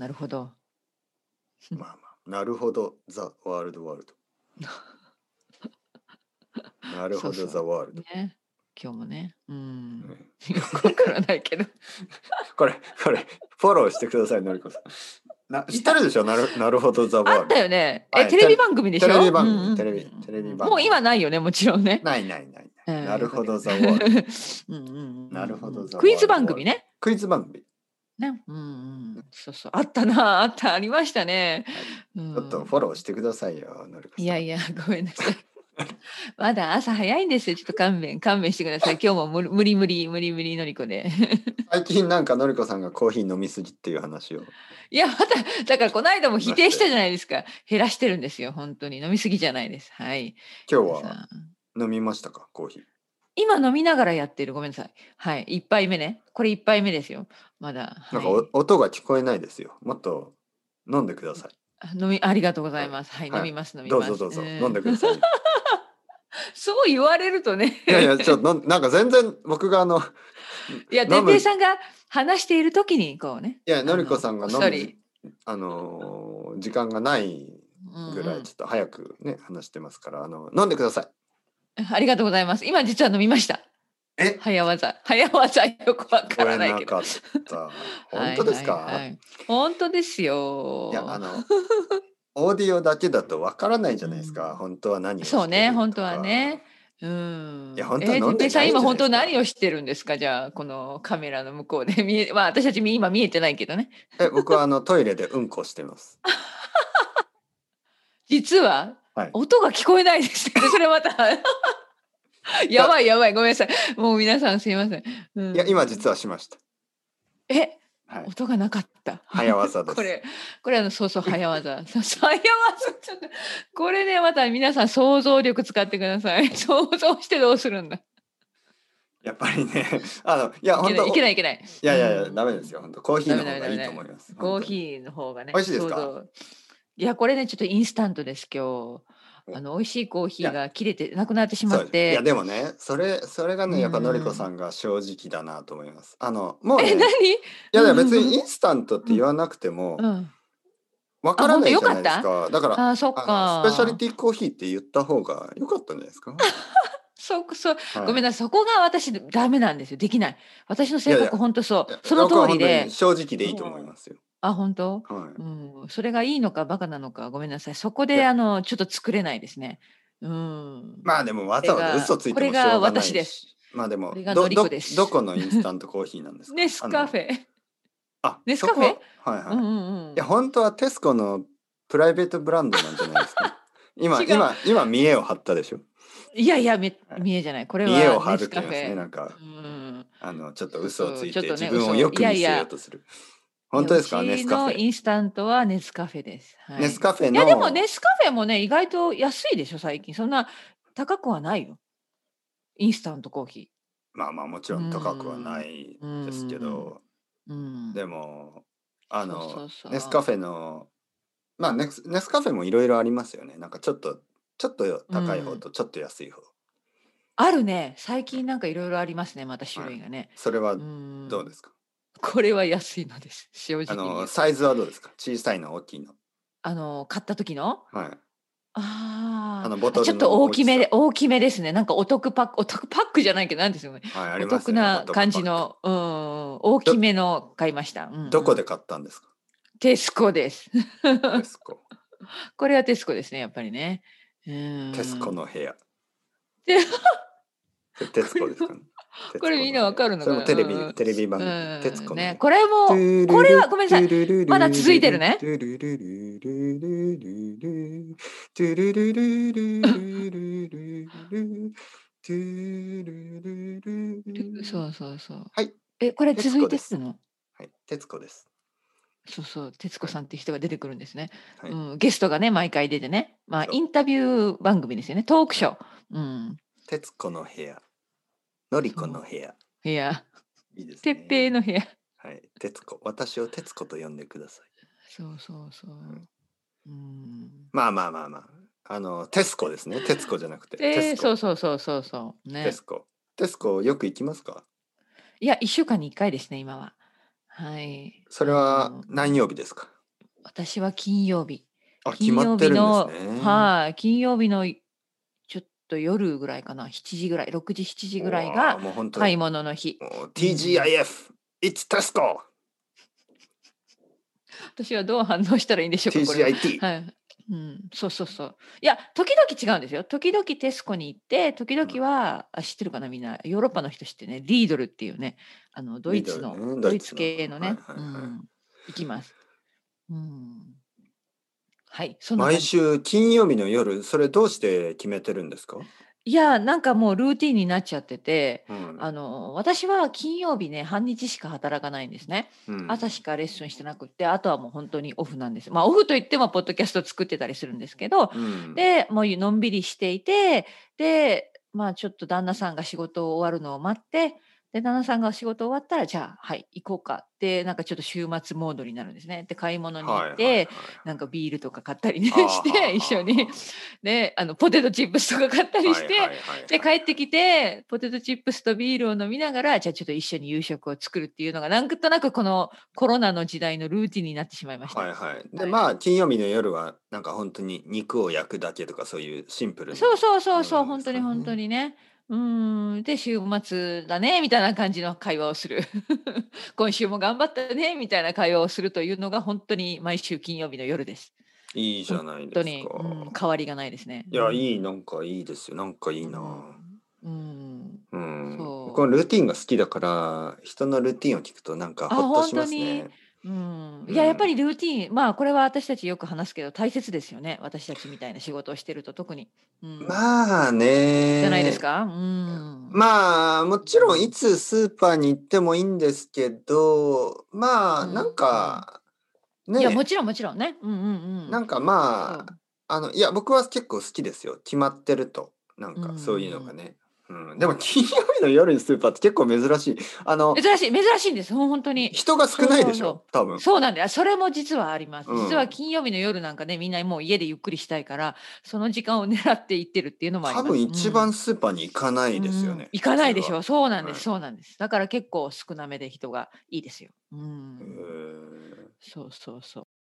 なるほど。 まあまあ、なるほど、ザ・ワールドワールド。なるほど、 そうそザ・ワールう。 ド。 ね。今日もね。 ねよくわからないけど。 これ、フォローしてください、のりこさん。知ってるでしょ、なるほど、ザ・あったワールド。 よね。 はい、 テレビ番組でしテレビょ？ 番組、テレビ番もう組。 今ないよね、もちろんね。 ない。なるよかったよほど、ザ・かった。 ワールド。 うんなるほど、ザ・クイズワールドワールド。 番組ね。 クイズ番組。 ね。そうそう。あったな、ありましたね。 はい。 うちょっとフォん。 ローしてくださいよ、のりこさん。 いやいや、ごめんなさい。まだ朝早いんですよ。ちょっと勘弁してください。今日も無理のりこで。 最近なんかのりこさんがコーヒー飲みすぎっていう話をいや、また、だからこの間もしまして、 否定したじゃないですか。減らしてるんですよ。本当に。飲みすぎじゃないです。はい。 今日は皆さん。 飲みましたか、コーヒー。 今飲みながらやってる。ごめんなさい。はい。一杯目ね。これ一杯目ですよ。まだ。 なんかはい。 音が聞こえないですよ。もっと飲んでください。 ありがとうございはい。 ます。はい。 はい。 飲みどうぞます。 どうぞ、飲んでください。 そう言われるとね。 いやいや、なんか全然僕がいや、てっ飲む、 ぺいさんが話している時に、こうね。 いや、のりこさんこっが飲むそり。 時間がないぐらいちょっと早くね、話してますから、飲んでください。 ありがとうございます。今実は飲みました。 え、 早技よくわか聞こえらないけど。 なかった。本当ですはいはいか？ はい。本当ですいや、 よ。 オーディオだけだとわからないじゃうないですか。 ん。 本当は何をそうね、 してる本当はとか。 ね。 いや、本当は飲んでてっぺいさん、 ないじゃない今本当ですか。 何をしてるんですか？じゃあ、このカメラの向こうでまあ、私たち今見えてないけどね。 僕はトイレでうんこしてます。 実ははい。 音が聞こえないですね。それまたいや、 やばい、ごめんなさい。もう皆さんすいません。 今実はしました。 え、 はい。 音がなかった。 早技です。 これそうそう、早技。早技、ちょっと、これね、また皆さん想像力使ってください。想像してどうするんだ。 やっぱりね、いや、本当、 いけない。 ダメですよ。本当、コーヒーの方がいいと思います。本当に。 コーヒーの方がね、 美味しいですか？ いや、これね、ちょっとインスタントです、今日。 お美味しいコーいや、 ヒーが切れてなくなってしまそうです。いや、 って。 でもね、それがうね、やっぱのりこさん。 んが正直だなと思います。もうえ、 ね、 何？ いや、別にインスタントってうん。 言わなくても、 うん。 わあ、 からないじゃ本当よかった？ ないですか。だから、 そっスペシャリか。 ティコーヒーって言った方が良かったんじゃないですか？ ごはい。 めんなさい、そこが私ダメなんですよ。できない。私の性格いやいや、 本当そう。その僕は通りで。 本当に正直でうん。 いいと思いますよ。 あ、本当？ はい。 それがいいのかバカなのか、ごめんなさい。そこでいや、 ちょっと作れないですね。うん。 まあでもわざわざ嘘ついてこれがもしょうがな私です。 いし、まあでも、 これがのりこです。 どこのインスタントコーヒーなんですか？ ネスカフェ。ネスカフェ？ そこ、はいはい。いや、 うん。 本当はテスコのプライベートブランドなんじゃないですか？ 違う。 今、見栄を張ったでしょ？ いやいや、 はい。 見えじゃない。これ見栄をはネス張るって言いますね。 カフェ。 なんか、 うん。 ちょっと嘘をそうそう、 ついて自ちょっとね、 分をよく見せようとする。 う本当ですか？ネちのスカフェ。 インスタントはネスカフェです。はい。 ネスカフェいや、でもの、 ネスカフェもね、意外と安いでしょ、最近。そんな高くはないよ。インスタントコーヒまあまあもちー。 ろん高くはないですけど、 うん。 でも、 そう。 ネスカフェの、まあネスカフェもいろいろありますよね。なんかちょっとうん。 高い方とちょっと安い方。 あるね。最うん。 近なんかいろいろありますね、また種はい。 類がね。 それはうん。 どうですか？ これは安いのです。正直に言うと。 サイズはどうですか？小さいの、大きいの。 買った時のはい。ボトルちょっとの大きさ。 大きめですね。なんかお得パックじゃないけど、なんですよね。 はい、ありおますよね、お得な得パック。 感じの、大きめの買いました。 どこで買ったんですか？ テスコです。 テスコ。 これはテスコですね、やっぱりね。 テスコの部屋。 で、 それテスコですかね。テこれみんなわスコの部屋。それもかるのかな。 テレビ番組。テスコの部ね、 屋。トゥこルルれはごめんなさい。 トゥルルまだル続いてるね。 ルルトゥルルルルルルルトゥルルルルルルルルトゥルルルル。 そう。 はい、 これ続いテスコです。 てるの？ はい、テスコです。 そう、徹子はい、 さんっていう人が出てくるんですね。 はい、 ゲストがね、毎回出てね。まあ、 そう。 インタビュー番組ですよね。トークはい。 ショー。うん。 テスコの部屋。のりこのそう。 部屋。 部屋。 いいですてっぺいね。 の部屋。 はい。徹子。私を徹子と呼んでください。 そう。 はい、 うん。 まあまあまあまあ。テスコですね。徹子じゃなくて。テスコ。 そう。ね。 テスコ。テスコよく行きますか？ いや、1週間に1回ですね、今は。はい。 それは何曜日ですか？ 私は金曜日。 あ、決金曜まってるんです日の、 ね。 はい、金曜日のちょっと夜ぐらいかな、7時ぐらい、6時、7時ぐらいがうわ、もうほんと、 買い物の日。 もううん。 TGIF、It's Tesco、 私はどう反応したらいいんでしょうか、これは。 TGIT。 はい。うん、そうそうそう。いや、時々違うんですよ。時々テスコに行って、時うん、 々は、知ってるかな、みんな。ヨーロッパの人知ってね、リードルっていうね、ドイリツの、 ドルね、ドドイツイツの。 系のね、 はいはいはい。 うん、行きます。うん。はい、そんな毎感じ。 週金曜日の夜、それどうして決めてるんですか？ いや、なんかもうルーティンになっちゃってて、 うん、 私は金曜日ね、半日しか働かないんですね。 うん。 朝しかレッスンしてなくって、あとはもう本当にオフなんです。まあ、オフといってもポッドキャスト作ってたりするんですけど、 うん。 で、もうのんびりしていて、で、まあ、ちょっと旦那さんが仕事終わるのを待って、で、旦那さんが仕事終わったら、じゃあ、はい、行こうかって、なんかちょっと週末モードになるんですね。で、買い物にはいはいはいは行って、なんかい。 ビールとか買ったりね、 ああ、 しはあて、一緒に。 はあはで、ポテトチップスとか買ったあ。 りして、 はいはいはいで、 はいはい。 帰ってきて、ポテトチップスとビールを飲みながら、じゃあちょっと一緒に夕食を作るっていうのが、なんとなくこのコロナの時代のルーティンになってしまいました。 はいはい。で、 はい。 まあ、金曜日の夜は、なんか本当に肉を焼くだけとか、そういうシンプルそうなそうそうそう、 ものなんで本当に本当すかね。 にね。で、週末だねみたいな感じの会話をする。今週も頑張ったねみたいな会話をするというのが本当に毎週金曜日の夜です。 いいじ本ゃないですか。 当に、変わりがないですね。 いや、いい、なんかいいですよ。なんかいいうん、 な。 うん、 うん。このそう。 ルーティンが好きだから、人のルーティンを聞くとなんかあ、 ほっとし本ますね。 当に。いや、やっぱうん。 りルーティン、まあ、これは私たちよく話すけど、大切ですよね。私たちみたいな仕事をしてると特に。うん。 まあじゃないですね。 か？うん。 まあ、もちろんいうん。 つスーパーに行ってもいいんですけど、まあ、なんうん。 か、 いや、もね、 ちろんもちろんね。うんうんうん。 なんかまあ、 そう。 いや、僕は結構好きですよ。決まってると。なんうんか、そういうのうん。 がね。うん。でも、 うん。 金曜日の夜にスーパーって結構珍しい。 珍しいんです。本当に。 人が少そうないでしそうそう。 ょ多分。 そうなんだよ。それも実はあります。実はうん。 金曜日の夜なんかね、みんなもう家でゆっくりしたいから、その時間を狙って行ってるっていうのもあり多ます。 分一番スーパーに行かないですよね。 行普通は。 かないでしょ。そうなんです、 はい。 そうなんです。だから結構少なめで人がいいですよ。 へえ。 そうそうそう。